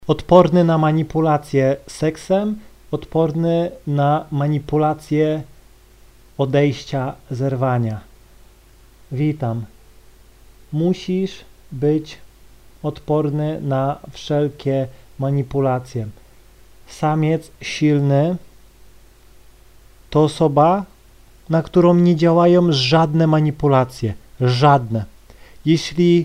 Odporny na manipulację seksem, odporny na manipulację odejścia, zerwania. Witam. Musisz być odporny na wszelkie manipulacje. Samiec silny to osoba, na którą nie działają żadne manipulacje. Żadne. Jeśli,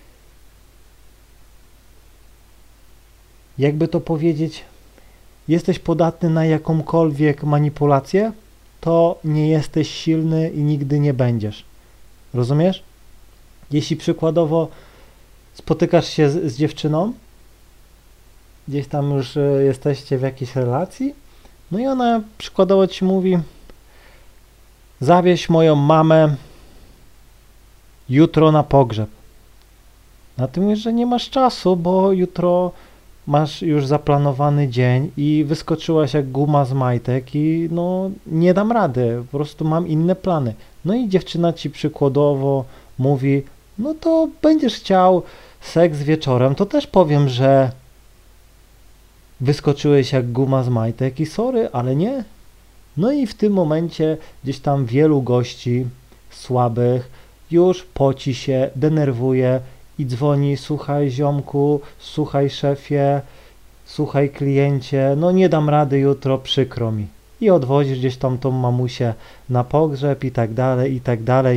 jakby to powiedzieć, jesteś podatny na jakąkolwiek manipulację, to nie jesteś silny i nigdy nie będziesz. Rozumiesz? Jeśli przykładowo spotykasz się z dziewczyną, gdzieś tam już jesteście w jakiejś relacji, no i ona przykładowo ci mówi: zawieź moją mamę jutro na pogrzeb. A ty mówisz, że nie masz czasu, bo jutro masz już zaplanowany dzień i wyskoczyłaś jak guma z majtek i no nie dam rady, po prostu mam inne plany. No i dziewczyna ci przykładowo mówi: no to będziesz chciał seks wieczorem, to też powiem, że wyskoczyłeś jak guma z majtek i sorry, ale nie. No i w tym momencie gdzieś tam wielu gości słabych już poci się, denerwuje i dzwoni: słuchaj ziomku, słuchaj szefie, słuchaj kliencie, no nie dam rady jutro, przykro mi. I odwozisz gdzieś tam tą mamusię na pogrzeb i tak dalej, i tak dalej.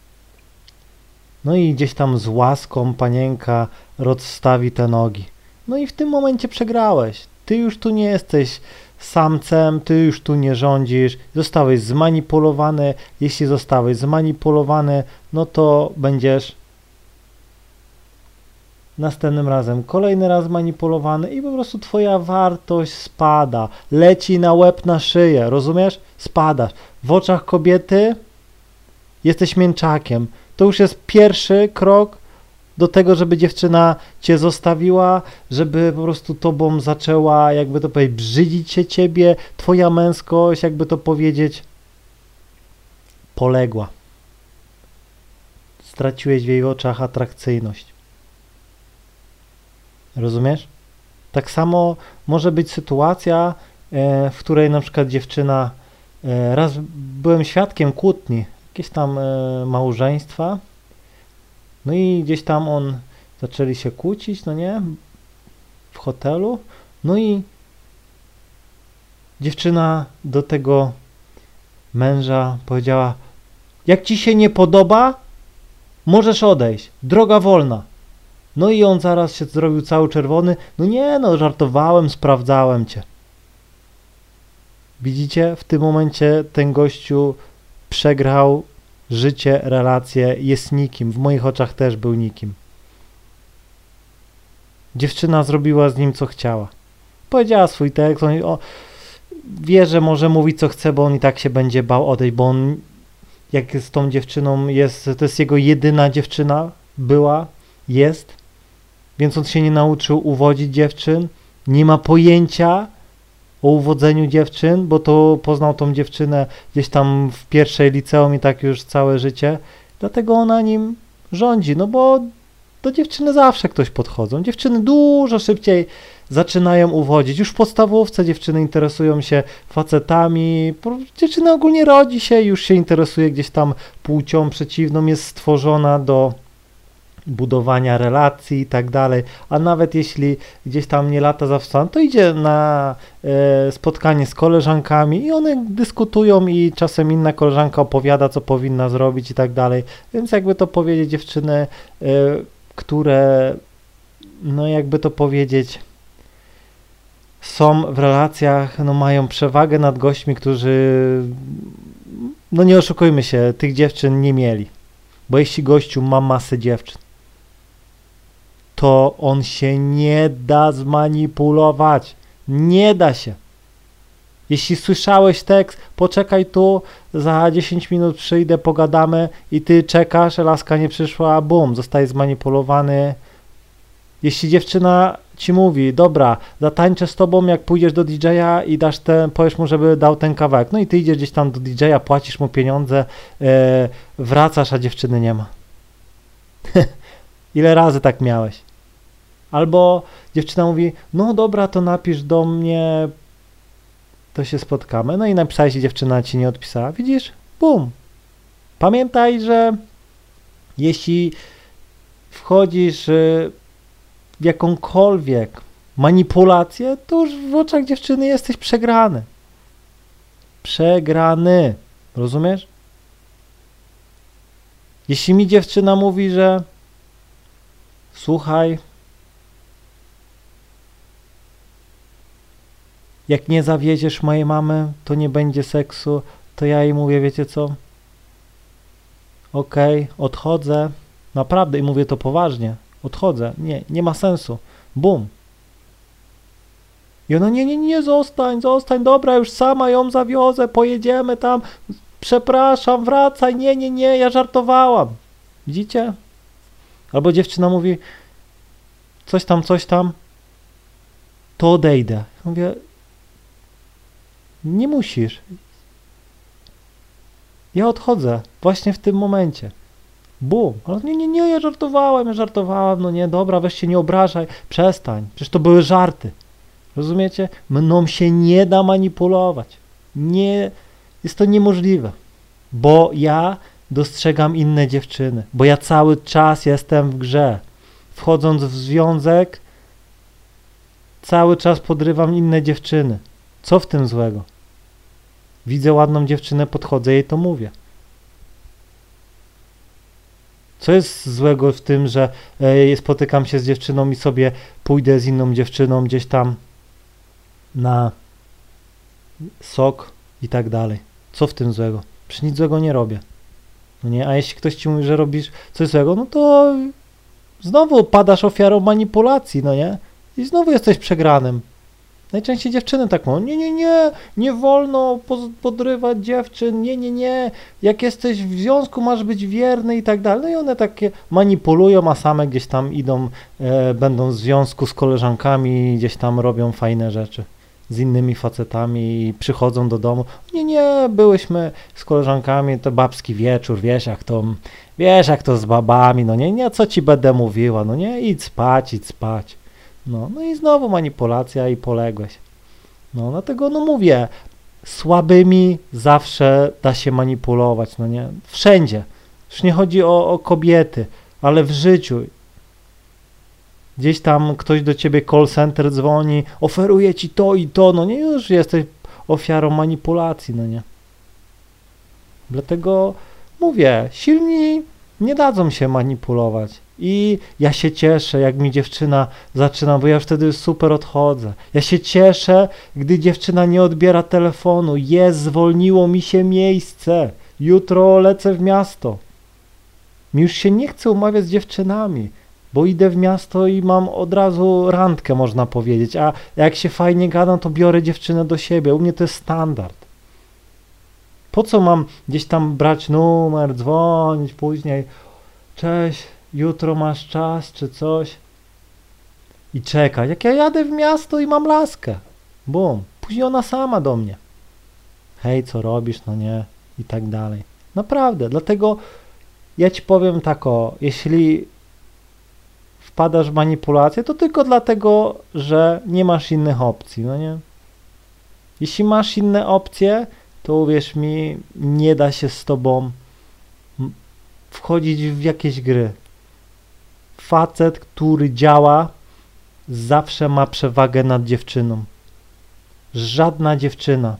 No i gdzieś tam z łaską panienka rozstawi te nogi. No i w tym momencie przegrałeś. Ty już tu nie jesteś samcem, ty już tu nie rządzisz, zostałeś zmanipulowany. Jeśli zostałeś zmanipulowany, no to będziesz następnym razem kolejny raz manipulowany i po prostu twoja wartość spada, leci na łeb, na szyję, rozumiesz? Spadasz. W oczach kobiety jesteś mięczakiem. To już jest pierwszy krok do tego, żeby dziewczyna cię zostawiła, żeby po prostu tobą zaczęła, jakby to powiedzieć, brzydzić się ciebie, twoja męskość, jakby to powiedzieć, poległa. Straciłeś w jej oczach atrakcyjność. Rozumiesz? Tak samo może być sytuacja, w której na przykład dziewczyna, raz byłem świadkiem kłótni, jakieś tam małżeństwa, no i gdzieś tam zaczęli się kłócić, no nie, w hotelu, no i dziewczyna do tego męża powiedziała: jak ci się nie podoba, możesz odejść, droga wolna. No i on zaraz się zrobił cały czerwony: no nie, no żartowałem, sprawdzałem cię. Widzicie, w tym momencie ten gościu przegrał życie, relacje, jest nikim. W moich oczach też był nikim. Dziewczyna zrobiła z nim co chciała. Powiedziała swój tekst, on wie, że może mówić co chce, bo on i tak się będzie bał odejść, bo on, jak z tą dziewczyną jest, to jest jego jedyna dziewczyna, jest, więc on się nie nauczył uwodzić dziewczyn, nie ma pojęcia o uwodzeniu dziewczyn, bo to poznał tą dziewczynę gdzieś tam w pierwszej liceum i tak już całe życie, dlatego ona nim rządzi, no bo do dziewczyny zawsze ktoś podchodzą. Dziewczyny dużo szybciej zaczynają uwodzić. Już w podstawówce dziewczyny interesują się facetami. Dziewczyna ogólnie rodzi się, już się interesuje gdzieś tam płcią przeciwną, jest stworzona do budowania relacji i tak dalej, a nawet jeśli gdzieś tam nie lata za wstęp, to idzie na spotkanie z koleżankami i one dyskutują i czasem inna koleżanka opowiada, co powinna zrobić i tak dalej, więc jakby to powiedzieć, dziewczyny, które, no jakby to powiedzieć, są w relacjach, no mają przewagę nad gośćmi, którzy, no nie oszukujmy się, tych dziewczyn nie mieli, bo jeśli gościu ma masę dziewczyn, to on się nie da zmanipulować. Nie da się. Jeśli słyszałeś tekst: poczekaj tu, za 10 minut przyjdę, pogadamy, i ty czekasz, laska nie przyszła, bum, zostajesz zmanipulowany. Jeśli dziewczyna ci mówi: dobra, zatańczę z tobą, jak pójdziesz do DJ-a i powiesz mu, żeby dał ten kawałek, no i ty idziesz gdzieś tam do DJ-a, płacisz mu pieniądze, wracasz, a dziewczyny nie ma. Ile razy tak miałeś? Albo dziewczyna mówi, no dobra, to napisz do mnie, to się spotkamy. No i napisałeś i dziewczyna ci nie odpisała. Widzisz? Bum. Pamiętaj, że jeśli wchodzisz w jakąkolwiek manipulację, to już w oczach dziewczyny jesteś przegrany. Przegrany. Rozumiesz? Jeśli mi dziewczyna mówi, że słuchaj, jak nie zawiedziesz mojej mamy, to nie będzie seksu, to ja jej mówię, wiecie co? Okej, odchodzę, naprawdę i mówię to poważnie, odchodzę, nie ma sensu, bum. I ona, nie, zostań, dobra, już sama ją zawiozę, pojedziemy tam, przepraszam, wracaj, nie, ja żartowałam. Widzicie? Albo dziewczyna mówi, coś tam, to odejdę. Mówię, nie musisz. Ja odchodzę właśnie w tym momencie. Bum. Ale nie, ja żartowałem, no nie, dobra, weź się nie obrażaj, przestań. Przecież to były żarty. Rozumiecie? Mną się nie da manipulować. Nie, jest to niemożliwe. Bo ja dostrzegam inne dziewczyny. Bo ja cały czas jestem w grze. Wchodząc w związek, cały czas podrywam inne dziewczyny. Co w tym złego? Widzę ładną dziewczynę, podchodzę jej to mówię. Co jest złego w tym, że spotykam się z dziewczyną i sobie pójdę z inną dziewczyną gdzieś tam na sok i tak dalej. Co w tym złego? Przecież nic złego nie robię. No nie? A jeśli ktoś ci mówi, że robisz coś złego, no to znowu padasz ofiarą manipulacji, no nie? I znowu jesteś przegranym. Najczęściej dziewczyny tak mówią, nie wolno podrywać dziewczyn, nie, jak jesteś w związku, masz być wierny i tak dalej. No i one takie manipulują, a same gdzieś tam idą, będą w związku z koleżankami, gdzieś tam robią fajne rzeczy z innymi facetami i przychodzą do domu. Nie, byłyśmy z koleżankami, to babski wieczór, wiesz jak to z babami, no nie, co ci będę mówiła, no nie, idź spać. No i znowu manipulacja i poległeś. No dlatego mówię, słabymi zawsze da się manipulować, no nie? Wszędzie. Już nie chodzi o kobiety, ale w życiu. Gdzieś tam ktoś do ciebie call center dzwoni, oferuje ci to i to, no nie, już jesteś ofiarą manipulacji, no nie? Dlatego mówię, silni nie dadzą się manipulować. I ja się cieszę, jak mi dziewczyna zaczyna, bo ja już wtedy super odchodzę. Ja się cieszę, gdy dziewczyna nie odbiera telefonu. Zwolniło mi się miejsce. Jutro lecę w miasto. Mi już się nie chce umawiać z dziewczynami, bo idę w miasto i mam od razu randkę, można powiedzieć. A jak się fajnie gadam, to biorę dziewczynę do siebie. U mnie to jest standard. Po co mam gdzieś tam brać numer, dzwonić później? Cześć, jutro masz czas czy coś? I czekać. Jak ja jadę w miasto i mam laskę. Bum. Później ona sama do mnie. Hej, co robisz? No nie. I tak dalej. Naprawdę. Dlatego ja ci powiem tak jeśli wpadasz w manipulację, to tylko dlatego, że nie masz innych opcji, no nie? Jeśli masz inne opcje, to uwierz mi, nie da się z tobą wchodzić w jakieś gry. Facet, który działa, zawsze ma przewagę nad dziewczyną. Żadna dziewczyna,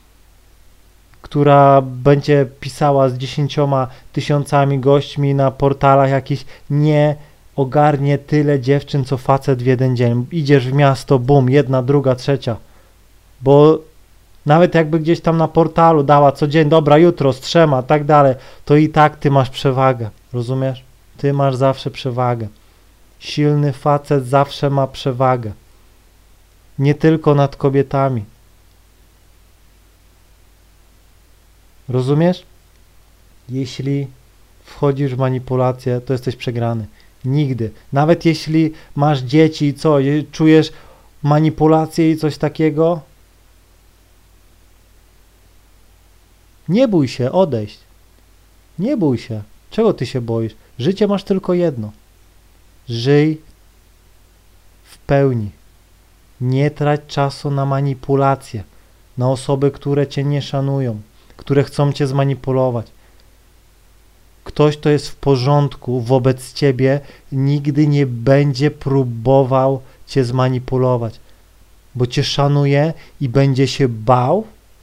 która będzie pisała z 10 000 gośćmi na portalach jakichś, nie ogarnie tyle dziewczyn, co facet w jeden dzień. Idziesz w miasto, bum, jedna, druga, trzecia. Bo nawet jakby gdzieś tam na portalu dała co dzień, dobra, jutro z 3, tak dalej, to i tak ty masz przewagę, rozumiesz? Ty masz zawsze przewagę. Silny facet zawsze ma przewagę. Nie tylko nad kobietami. Rozumiesz? Jeśli wchodzisz w manipulację, to jesteś przegrany. Nigdy. Nawet jeśli masz dzieci i co, czujesz manipulację i coś takiego, nie bój się odejść. Nie bój się. Czego ty się boisz? Życie masz tylko jedno. Żyj pełni. Nie trać czasu na manipulacje, na osoby, które cię nie szanują, które chcą cię zmanipulować. Ktoś, kto jest w porządku wobec ciebie, nigdy nie będzie próbował cię zmanipulować, bo cię szanuje i będzie się bał,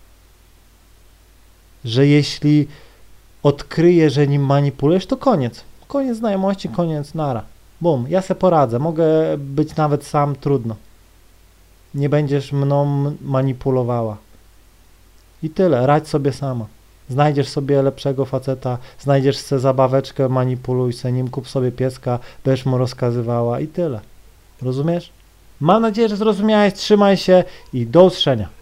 że jeśli odkryje, że nim manipulujesz, to koniec. Koniec znajomości, koniec, nara. Bum, ja se poradzę, mogę być nawet sam, trudno. Nie będziesz mną manipulowała. I tyle, radź sobie sama. Znajdziesz sobie lepszego faceta, znajdziesz sobie zabaweczkę, manipuluj se nim, kup sobie pieska, będziesz mu rozkazywała i tyle. Rozumiesz? Mam nadzieję, że zrozumiałeś, trzymaj się i do usłyszenia.